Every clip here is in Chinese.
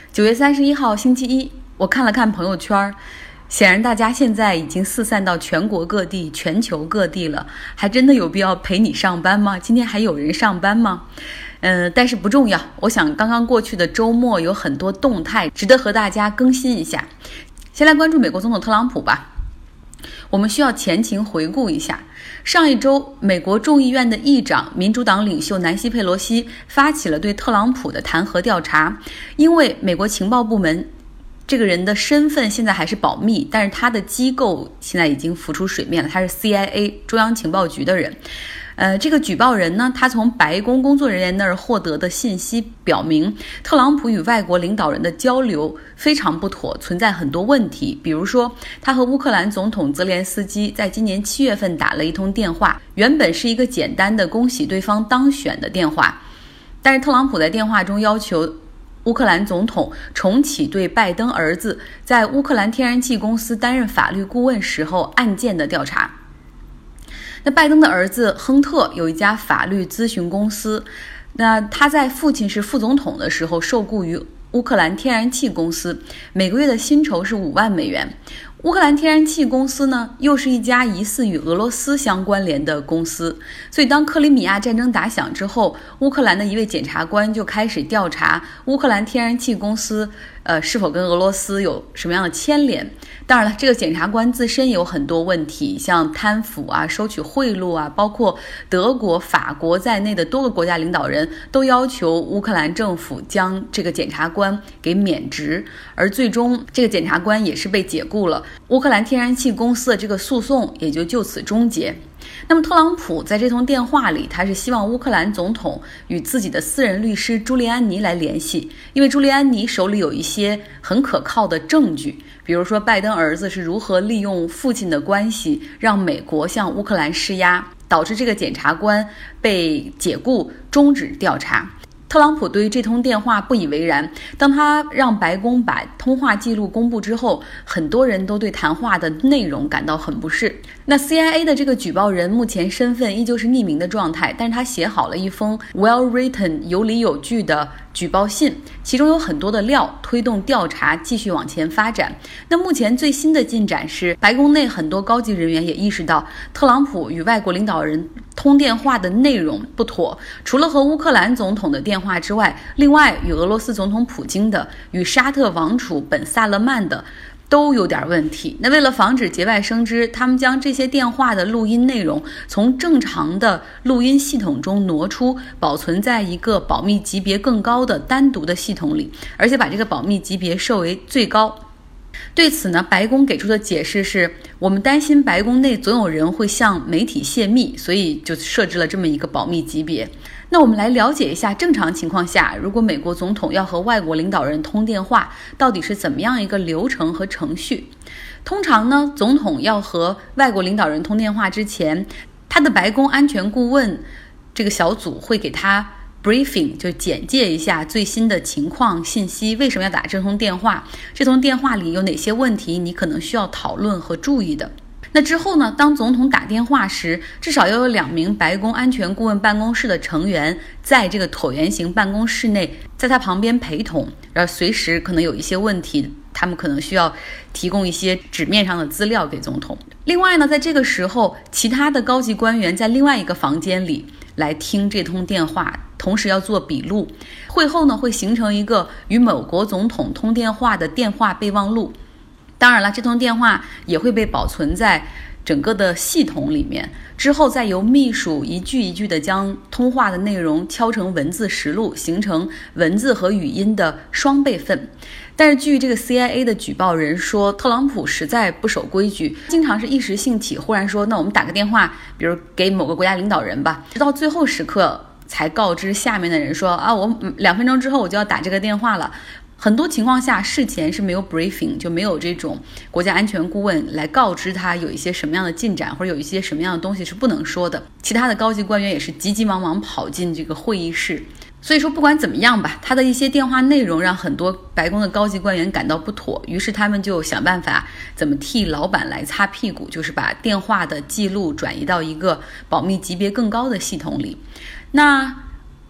9月31号星期一，我看了看朋友圈，显然大家现在已经四散到全国各地、全球各地了，还真的有必要陪你上班吗？今天还有人上班吗？但是不重要。我想刚刚过去的周末有很多动态值得和大家更新一下。先来关注美国总统特朗普吧。我们需要前情回顾一下，上一周美国众议院的议长民主党领袖南希·佩罗西发起了对特朗普的弹劾调查，因为美国情报部门这个人的身份现在还是保密，但是他的机构现在已经浮出水面了，他是 CIA 中央情报局的人。这个举报人呢，他从白宫工作人员那儿获得的信息表明，特朗普与外国领导人的交流非常不妥，存在很多问题。比如说，他和乌克兰总统泽连斯基在今年7月份打了一通电话，原本是一个简单的恭喜对方当选的电话，但是特朗普在电话中要求乌克兰总统重启对拜登儿子在乌克兰天然气公司担任法律顾问时候案件的调查。那拜登的儿子亨特有一家法律咨询公司，那他在父亲是副总统的时候受雇于乌克兰天然气公司，每个月的薪酬是5万美元。乌克兰天然气公司呢，又是一家疑似与俄罗斯相关联的公司，所以当克里米亚战争打响之后，乌克兰的一位检察官就开始调查乌克兰天然气公司是否跟俄罗斯有什么样的牵连。当然了，这个检察官自身有很多问题，像贪腐啊、收取贿赂啊，包括德国、法国在内的多个国家领导人都要求乌克兰政府将这个检察官给免职，而最终这个检察官也是被解雇了，乌克兰天然气公司的这个诉讼也就此终结。那么特朗普在这通电话里，他是希望乌克兰总统与自己的私人律师朱利安尼来联系，因为朱利安尼手里有一些很可靠的证据，比如说拜登儿子是如何利用父亲的关系让美国向乌克兰施压，导致这个检察官被解雇，终止调查。特朗普对于这通电话不以为然，当他让白宫把通话记录公布之后，很多人都对谈话的内容感到很不适。那 CIA 的这个举报人目前身份依旧是匿名的状态，但是他写好了一封 well written 有理有据的举报信，其中有很多的料，推动调查继续往前发展。那目前最新的进展是，白宫内很多高级人员也意识到特朗普与外国领导人通电话的内容不妥，除了和乌克兰总统的电话之外，另外与俄罗斯总统普京的、与沙特王储本萨勒曼的都有点问题。那为了防止节外生枝，他们将这些电话的录音内容从正常的录音系统中挪出，保存在一个保密级别更高的单独的系统里，而且把这个保密级别设为最高。对此呢，白宫给出的解释是，我们担心白宫内总有人会向媒体泄密，所以就设置了这么一个保密级别。那我们来了解一下，正常情况下，如果美国总统要和外国领导人通电话，到底是怎么样一个流程和程序？通常呢，总统要和外国领导人通电话之前，他的白宫安全顾问这个小组会给他briefing， 就简介一下最新的情况信息，为什么要打这通电话，这通电话里有哪些问题你可能需要讨论和注意的。那之后呢，当总统打电话时，至少要有2名白宫安全顾问办公室的成员在这个椭圆形办公室内，在他旁边陪同，然后随时可能有一些问题，他们可能需要提供一些纸面上的资料给总统。另外呢，在这个时候，其他的高级官员在另外一个房间里来听这通电话，同时要做笔录。会后呢，会形成一个与某国总统通电话的电话备忘录。当然了，这通电话也会被保存在整个的系统里面，之后再由秘书一句一句地将通话的内容敲成文字实录，形成文字和语音的双备份。但是据这个 CIA 的举报人说，特朗普实在不守规矩，经常是一时兴起，忽然说那我们打个电话，比如给某个国家领导人吧，直到最后时刻才告知下面的人说我2分钟之后我就要打这个电话了。很多情况下事前是没有 briefing， 就没有这种国家安全顾问来告知他有一些什么样的进展，或者有一些什么样的东西是不能说的。其他的高级官员也是急急忙忙跑进这个会议室。所以说不管怎么样吧，他的一些电话内容让很多白宫的高级官员感到不妥，于是他们就想办法怎么替老板来擦屁股，就是把电话的记录转移到一个保密级别更高的系统里。那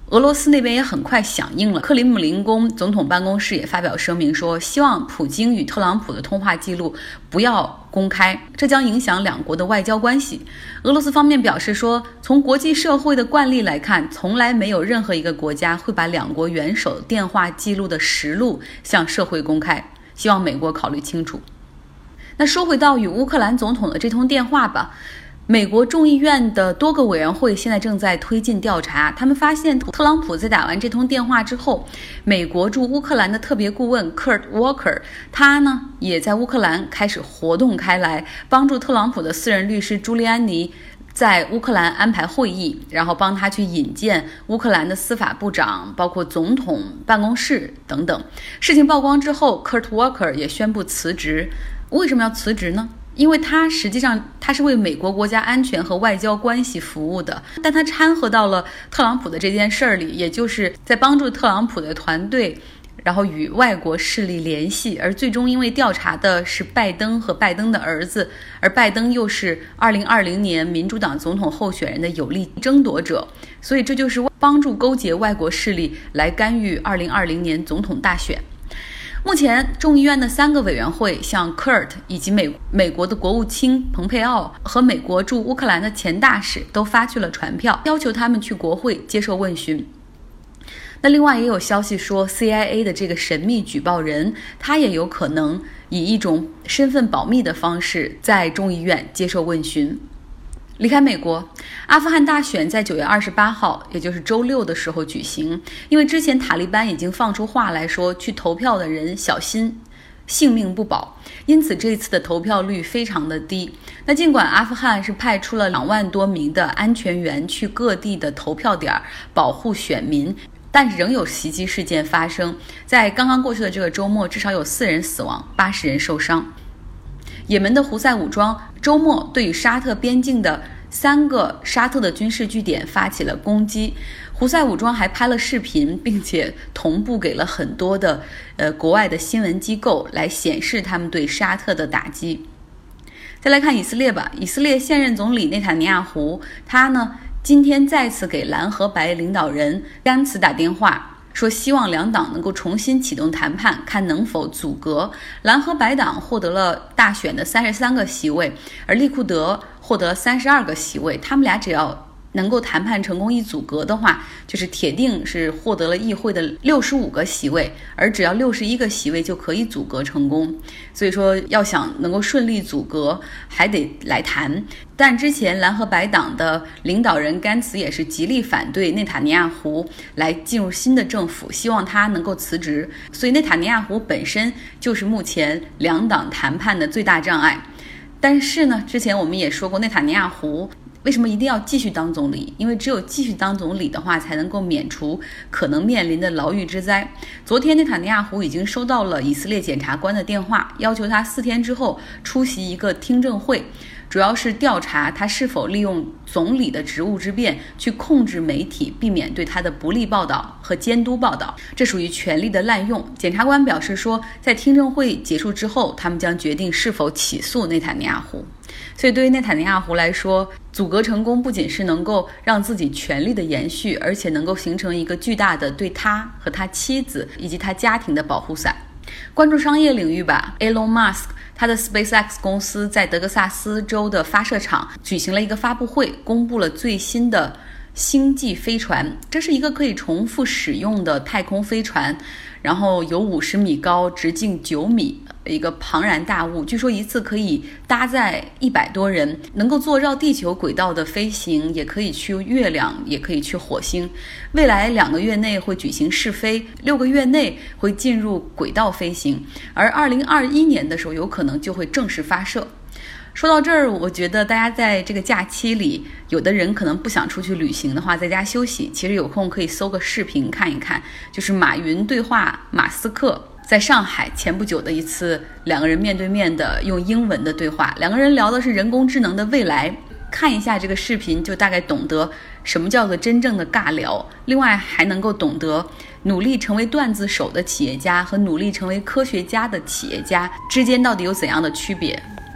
俄罗斯那边也很快响应了，克里姆林宫总统办公室也发表声明说，希望普京与特朗普的通话记录不要公开，这将影响两国的外交关系。俄罗斯方面表示说，从国际社会的惯例来看，从来没有任何一个国家会把两国元首电话记录的实录向社会公开，希望美国考虑清楚。那说回到与乌克兰总统的这通电话吧，美国众议院的多个委员会现在正在推进调查，他们发现特朗普在打完这通电话之后，美国驻乌克兰的特别顾问 Kurt Walker 他呢也在乌克兰开始活动开来，帮助特朗普的私人律师朱利安尼在乌克兰安排会议，然后帮他去引荐乌克兰的司法部长，包括总统办公室等等。事情曝光之后， Kurt Walker 也宣布辞职。为什么要辞职呢？因为他实际上他是为美国国家安全和外交关系服务的，但他掺和到了特朗普的这件事儿里，也就是在帮助特朗普的团队然后与外国势力联系，而最终因为调查的是拜登和拜登的儿子，而拜登又是2020年民主党总统候选人的有力争夺者，所以这就是帮助勾结外国势力来干预2020年总统大选。目前众议院的3个委员会向 Kurt 以及美国的国务卿蓬佩奥和美国驻乌克兰的前大使都发去了传票，要求他们去国会接受问询。那另外也有消息说 CIA 的这个神秘举报人，他也有可能以一种身份保密的方式在众议院接受问询。离开美国，阿富汗大选在9月28号，也就是周六的时候举行。因为之前塔利班已经放出话来说，去投票的人小心性命不保，因此这次的投票率非常的低。那尽管阿富汗是派出了2万多名的安全员去各地的投票点保护选民，但是仍有袭击事件发生。在刚刚过去的这个周末，至少有4人死亡，80人受伤。也门的胡塞武装周末对与沙特边境的3个沙特的军事据点发起了攻击，胡塞武装还拍了视频，并且同步给了很多的国外的新闻机构来显示他们对沙特的打击。再来看以色列吧，以色列现任总理内塔尼亚胡，他呢今天再次给蓝和白领导人甘茨打电话，说希望两党能够重新启动谈判，看能否阻隔。蓝和白党获得了大选的33个席位，而利库德获得了32个席位。他们俩只要能够谈判成功，一阻隔的话，就是铁定是获得了议会的65个席位，而只要61个席位就可以阻隔成功。所以说要想能够顺利阻隔，还得来谈。但之前蓝和白党的领导人甘茨也是极力反对内塔尼亚胡来进入新的政府，希望他能够辞职。所以内塔尼亚胡本身就是目前两党谈判的最大障碍。但是呢，之前我们也说过，内塔尼亚胡为什么一定要继续当总理？因为只有继续当总理的话，才能够免除可能面临的牢狱之灾。昨天内塔尼亚胡已经收到了以色列检察官的电话，要求他4天之后出席一个听证会，主要是调查他是否利用总理的职务之便去控制媒体，避免对他的不利报道和监督报道，这属于权力的滥用。检察官表示说，在听证会结束之后，他们将决定是否起诉内塔尼亚胡。所以对于内塔尼亚胡来说，阻隔成功不仅是能够让自己权力的延续，而且能够形成一个巨大的对他和他妻子以及他家庭的保护伞。关注商业领域吧， Elon Musk他的 SpaceX 公司在德克萨斯州的发射场举行了一个发布会，公布了最新的星际飞船。这是一个可以重复使用的太空飞船，然后有50米高，直径9米，一个庞然大物，据说一次可以搭载100多人，能够做绕地球轨道的飞行，也可以去月亮，也可以去火星。未来2个月内会举行试飞，6个月内会进入轨道飞行，而2021年的时候有可能就会正式发射。说到这儿，我觉得大家在这个假期里，有的人可能不想出去旅行的话，在家休息，其实有空可以搜个视频看一看，就是马云对话马斯克在上海前不久的一次2个人面对面的用英文的对话，2个人聊的是人工智能的未来。看一下这个视频，就大概懂得什么叫做真正的尬聊，另外还能够懂得努力成为段子手的企业家和努力成为科学家的企业家之间到底有怎样的区别。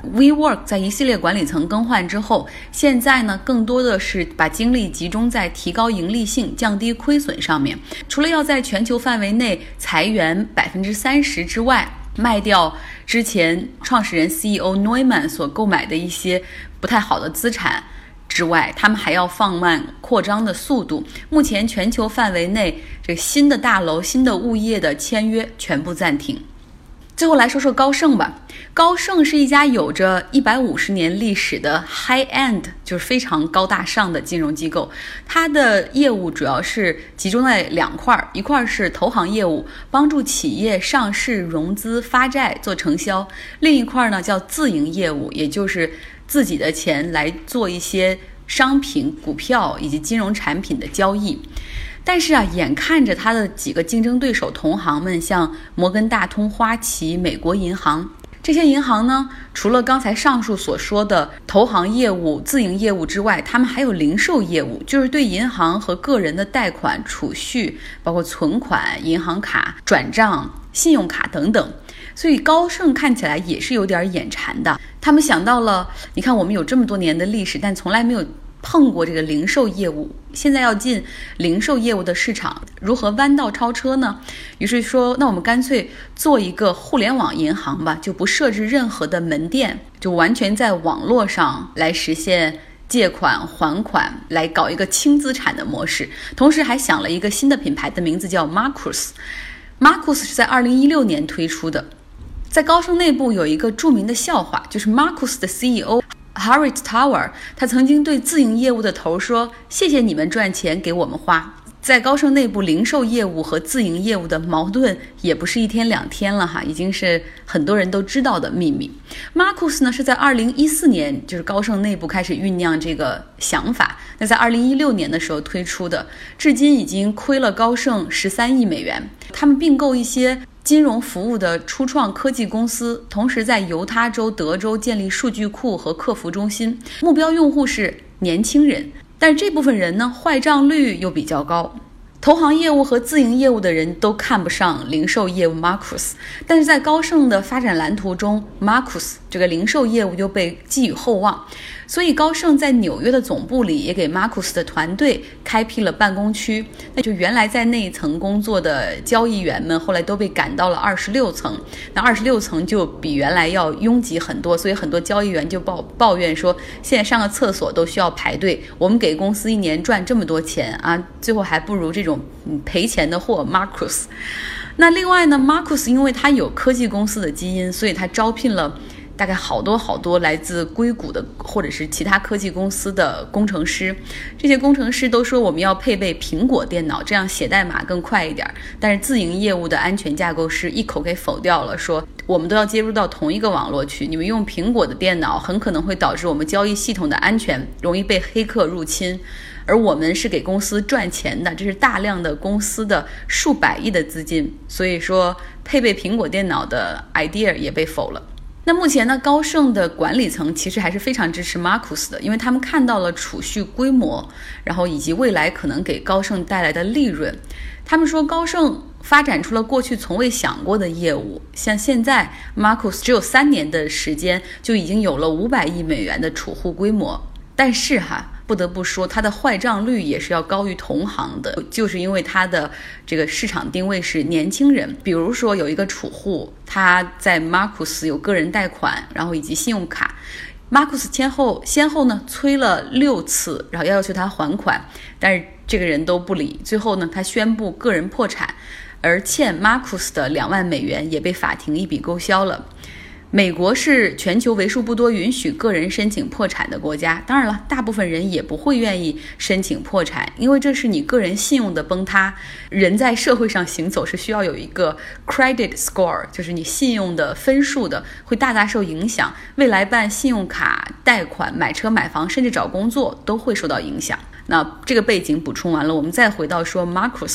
WeWork 在一系列管理层更换之后，现在呢更多的是把精力集中在提高盈利性、降低亏损上面。除了要在全球范围内裁员30%之外，卖掉之前创始人 CEO Neumann 所购买的一些不太好的资产之外，他们还要放慢扩张的速度。目前全球范围内这新的大楼、新的物业的签约全部暂停。最后来说说高盛吧。高盛是一家有着150年历史的 high-end， 就是非常高大上的金融机构。它的业务主要是集中在2块，一块是投行业务，帮助企业上市、融资、发债做承销；另一块呢叫自营业务，也就是自己的钱来做一些商品、股票以及金融产品的交易。但是眼看着他的几个竞争对手同行们，像摩根大通、花旗、美国银行，这些银行呢，除了刚才上述所说的投行业务、自营业务之外，他们还有零售业务，就是对银行和个人的贷款、储蓄，包括存款、银行卡、转账、信用卡等等。所以高盛看起来也是有点眼馋的，他们想到了，你看我们有这么多年的历史，但从来没有碰过这个零售业务，现在要进零售业务的市场，如何弯道超车呢？于是说，那我们干脆做一个互联网银行吧，就不设置任何的门店，就完全在网络上来实现借款还款，来搞一个轻资产的模式。同时还想了一个新的品牌的名字叫 Marcus。Marcus 是在2016年推出的。在高盛内部有一个著名的笑话，就是 Marcus 的 CEO Harriet Tower， 他曾经对自营业务的头说：“谢谢你们赚钱给我们花。”在高盛内部，零售业务和自营业务的矛盾也不是一天两天了已经是很多人都知道的秘密。Marcus 呢是在2014年，就是高盛内部开始酝酿这个想法，那在2016年的时候推出的，至今已经亏了高盛13亿美元。他们并购一些金融服务的初创科技公司，同时在犹他州、德州建立数据库和客服中心，目标用户是年轻人，但是这部分人呢，坏账率又比较高。投行业务和自营业务的人都看不上零售业务 Marcus， 但是在高盛的发展蓝图中， Marcus 这个零售业务就被寄予厚望，所以高盛在纽约的总部里也给 Marcus 的团队开辟了办公区。那就原来在那一层工作的交易员们后来都被赶到了26层，那26层就比原来要拥挤很多，所以很多交易员就抱怨说，现在上个厕所都需要排队，我们给公司一年赚这么多钱最后还不如这种赔钱的货 Marcus。 那另外呢， Marcus 因为他有科技公司的基因，所以他招聘了大概好多来自硅谷的或者是其他科技公司的工程师。这些工程师都说我们要配备苹果电脑，这样写代码更快一点。但是自营业务的安全架构师一口给否掉了，说我们都要接入到同一个网络去，你们用苹果的电脑很可能会导致我们交易系统的安全容易被黑客入侵，而我们是给公司赚钱的，这是大量的公司的数百亿的资金，所以说配备苹果电脑的 idea 也被否了。那目前呢，高盛的管理层其实还是非常支持 Marcus 的，因为他们看到了储蓄规模，然后以及未来可能给高盛带来的利润。他们说高盛发展出了过去从未想过的业务，像现在 Marcus 只有3年的时间就已经有了500亿美元的储户规模。但是不得不说，它的坏账率也是要高于同行的，就是因为它的这个市场定位是年轻人。比如说有一个储户，他在 Marcus 有个人贷款，然后以及信用卡， Marcus 先后呢催了6次，然后要求他还款，但是这个人都不理。最后呢，他宣布个人破产，而欠 Marcus 的2万美元也被法庭一笔勾销了。美国是全球为数不多允许个人申请破产的国家，当然了，大部分人也不会愿意申请破产，因为这是你个人信用的崩塌。人在社会上行走是需要有一个 credit score， 就是你信用的分数的，会大大受影响，未来办信用卡、贷款、买车买房，甚至找工作都会受到影响。那这个背景补充完了，我们再回到说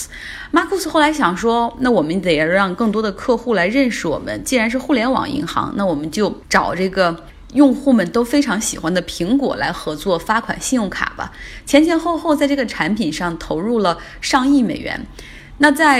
Marcus 后来想说，那我们得让更多的客户来认识我们，既然是互联网银行，那我们就找这个用户们都非常喜欢的苹果来合作发款信用卡吧。前后在这个产品上投入了上亿美元。那在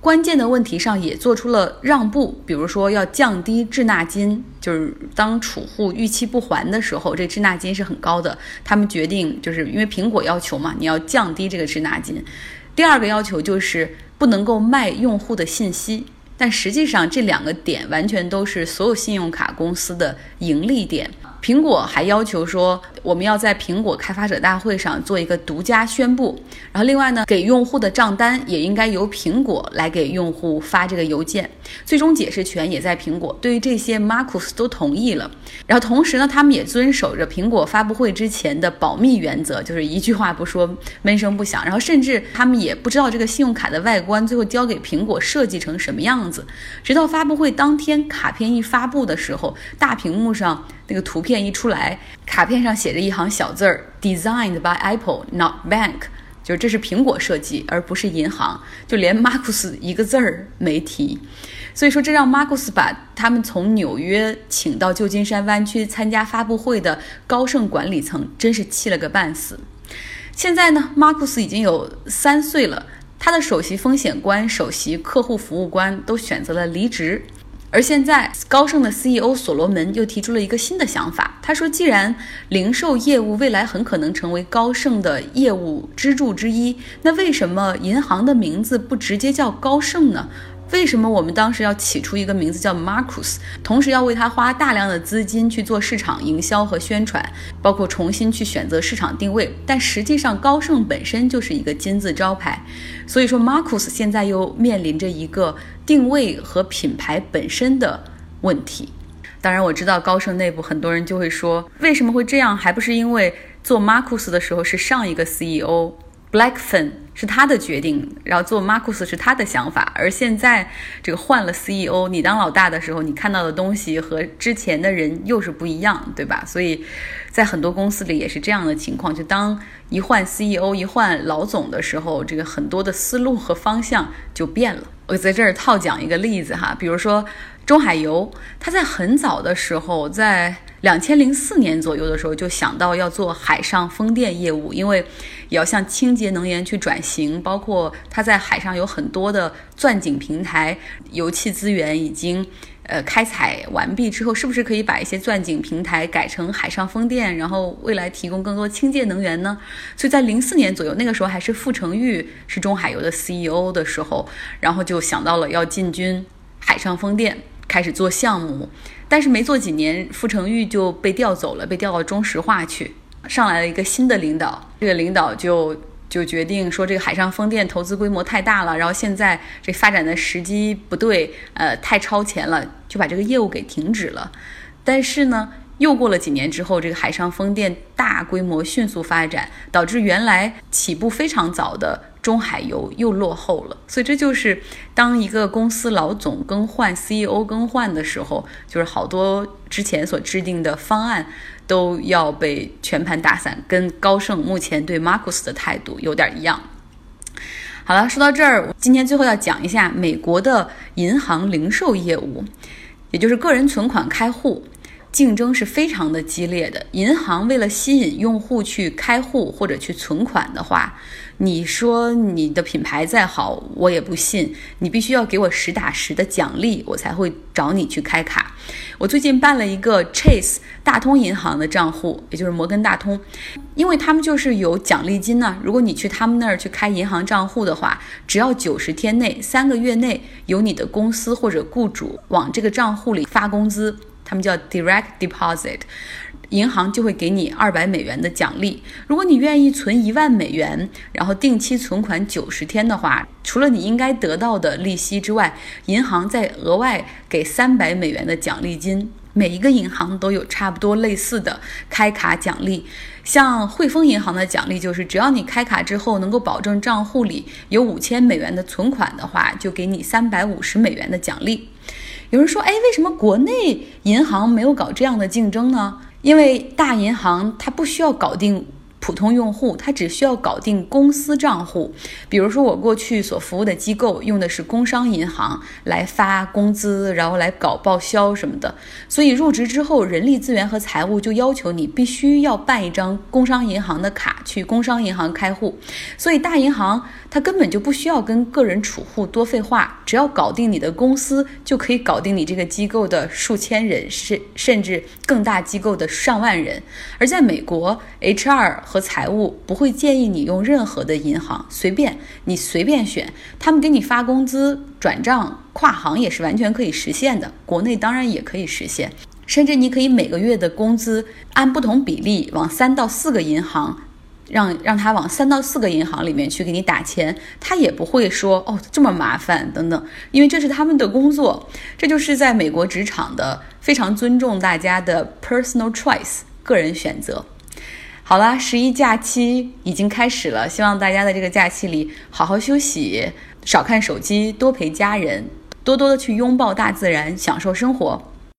关键的问题上也做出了让步，比如说要降低滞纳金，就是当储户逾期不还的时候，这滞纳金是很高的，他们决定就是因为苹果要求嘛，你要降低这个滞纳金。第二个要求就是不能够卖用户的信息，但实际上这2个点完全都是所有信用卡公司的盈利点。苹果还要求说，我们要在苹果开发者大会上做一个独家宣布，然后另外呢，给用户的账单也应该由苹果来给用户发这个邮件，最终解释权也在苹果。对于这些 Marcus 都同意了，然后同时呢，他们也遵守着苹果发布会之前的保密原则，就是一句话不说，闷声不响，然后甚至他们也不知道这个信用卡的外观最后交给苹果设计成什么样子，直到发布会当天卡片一发布的时候，大屏幕上那个图片一出来，卡片上写着一行小字儿 Designed by Apple, not Bank， 就是这是苹果设计而不是银行，就连 Marcus 一个字儿没提。所以说这让 Marcus 把他们从纽约请到旧金山湾区参加发布会的高盛管理层真是气了个半死。现在呢 Marcus 已经有3岁了，他的首席风险官、首席客户服务官都选择了离职。而现在高盛的 CEO 所罗门又提出了一个新的想法，他说既然零售业务未来很可能成为高盛的业务支柱之一，那为什么银行的名字不直接叫高盛呢？为什么我们当时要起出一个名字叫 Marcus， 同时要为它花大量的资金去做市场营销和宣传，包括重新去选择市场定位，但实际上高盛本身就是一个金字招牌。所以说 Marcus 现在又面临着一个定位和品牌本身的问题。当然我知道高盛内部很多人就会说，为什么会这样，还不是因为做 Marcus 的时候是上一个 CEO Blackfin 是他的决定，然后做 Marcus 是他的想法，而现在这个换了 CEO， 你当老大的时候，你看到的东西和之前的人又是不一样，对吧？所以在很多公司里也是这样的情况，就当一换 CEO 一换老总的时候，这个很多的思路和方向就变了。我在这儿套讲一个例子哈，比如说中海油，他在很早的时候，在2004年左右的时候就想到要做海上风电业务，因为也要向清洁能源去转型，包括它在海上有很多的钻井平台，油气资源已经开采完毕之后，是不是可以把一些钻井平台改成海上风电，然后未来提供更多清洁能源呢？所以在04年左右，那个时候还是傅成玉是中海油的 CEO 的时候，然后就想到了要进军海上风电，开始做项目。但是没做几年，傅成玉就被调走了，被调到中石化去，上来了一个新的领导，这个领导就决定说这个海上风电投资规模太大了，然后现在这发展的时机不对，太超前了，就把这个业务给停止了。但是呢，又过了几年之后，这个海上风电大规模迅速发展，导致原来起步非常早的中海油又落后了。所以这就是当一个公司老总更换 CEO 更换的时候，就是好多之前所制定的方案都要被全盘打散，跟高盛目前对 Marcus 的态度有点一样。好了，说到这儿，今天最后要讲一下美国的银行零售业务，也就是个人存款开户，竞争是非常的激烈的。银行为了吸引用户去开户或者去存款的话，你说你的品牌再好，我也不信，你必须要给我实打实的奖励，我才会找你去开卡。我最近办了一个 Chase 大通银行的账户，也就是摩根大通，因为他们就是有奖励金呢。如果你去他们那儿去开银行账户的话，只要90天内3个月内由你的公司或者雇主往这个账户里发工资，他们叫 Direct Deposit， 银行就会给你200美元的奖励。如果你愿意存1万美元，然后定期存款90天的话，除了你应该得到的利息之外，银行再额外给300美元的奖励金。每一个银行都有差不多类似的开卡奖励，像汇丰银行的奖励就是只要你开卡之后能够保证账户里有5000美元的存款的话，就给你350美元的奖励。有人说，为什么国内银行没有搞这样的竞争呢？因为大银行它不需要搞定普通用户，他只需要搞定公司账户。比如说我过去所服务的机构用的是工商银行来发工资，然后来搞报销什么的，所以入职之后，人力资源和财务就要求你必须要办一张工商银行的卡，去工商银行开户。所以大银行它根本就不需要跟个人储户多废话，只要搞定你的公司，就可以搞定你这个机构的数千人，甚至更大机构的上万人。而在美国 HR 和财务不会建议你用任何的银行，你随便选，他们给你发工资转账跨行也是完全可以实现的，国内当然也可以实现，甚至你可以每个月的工资按不同比例往3到4个银行让他往3到4个银行里面去给你打钱，他也不会说这么麻烦等等，因为这是他们的工作。这就是在美国职场的非常尊重大家的 personal choice 个人选择。好啦，11假期已经开始了，希望大家在这个假期里好好休息，少看手机，多陪家人，多多的去拥抱大自然，享受生活。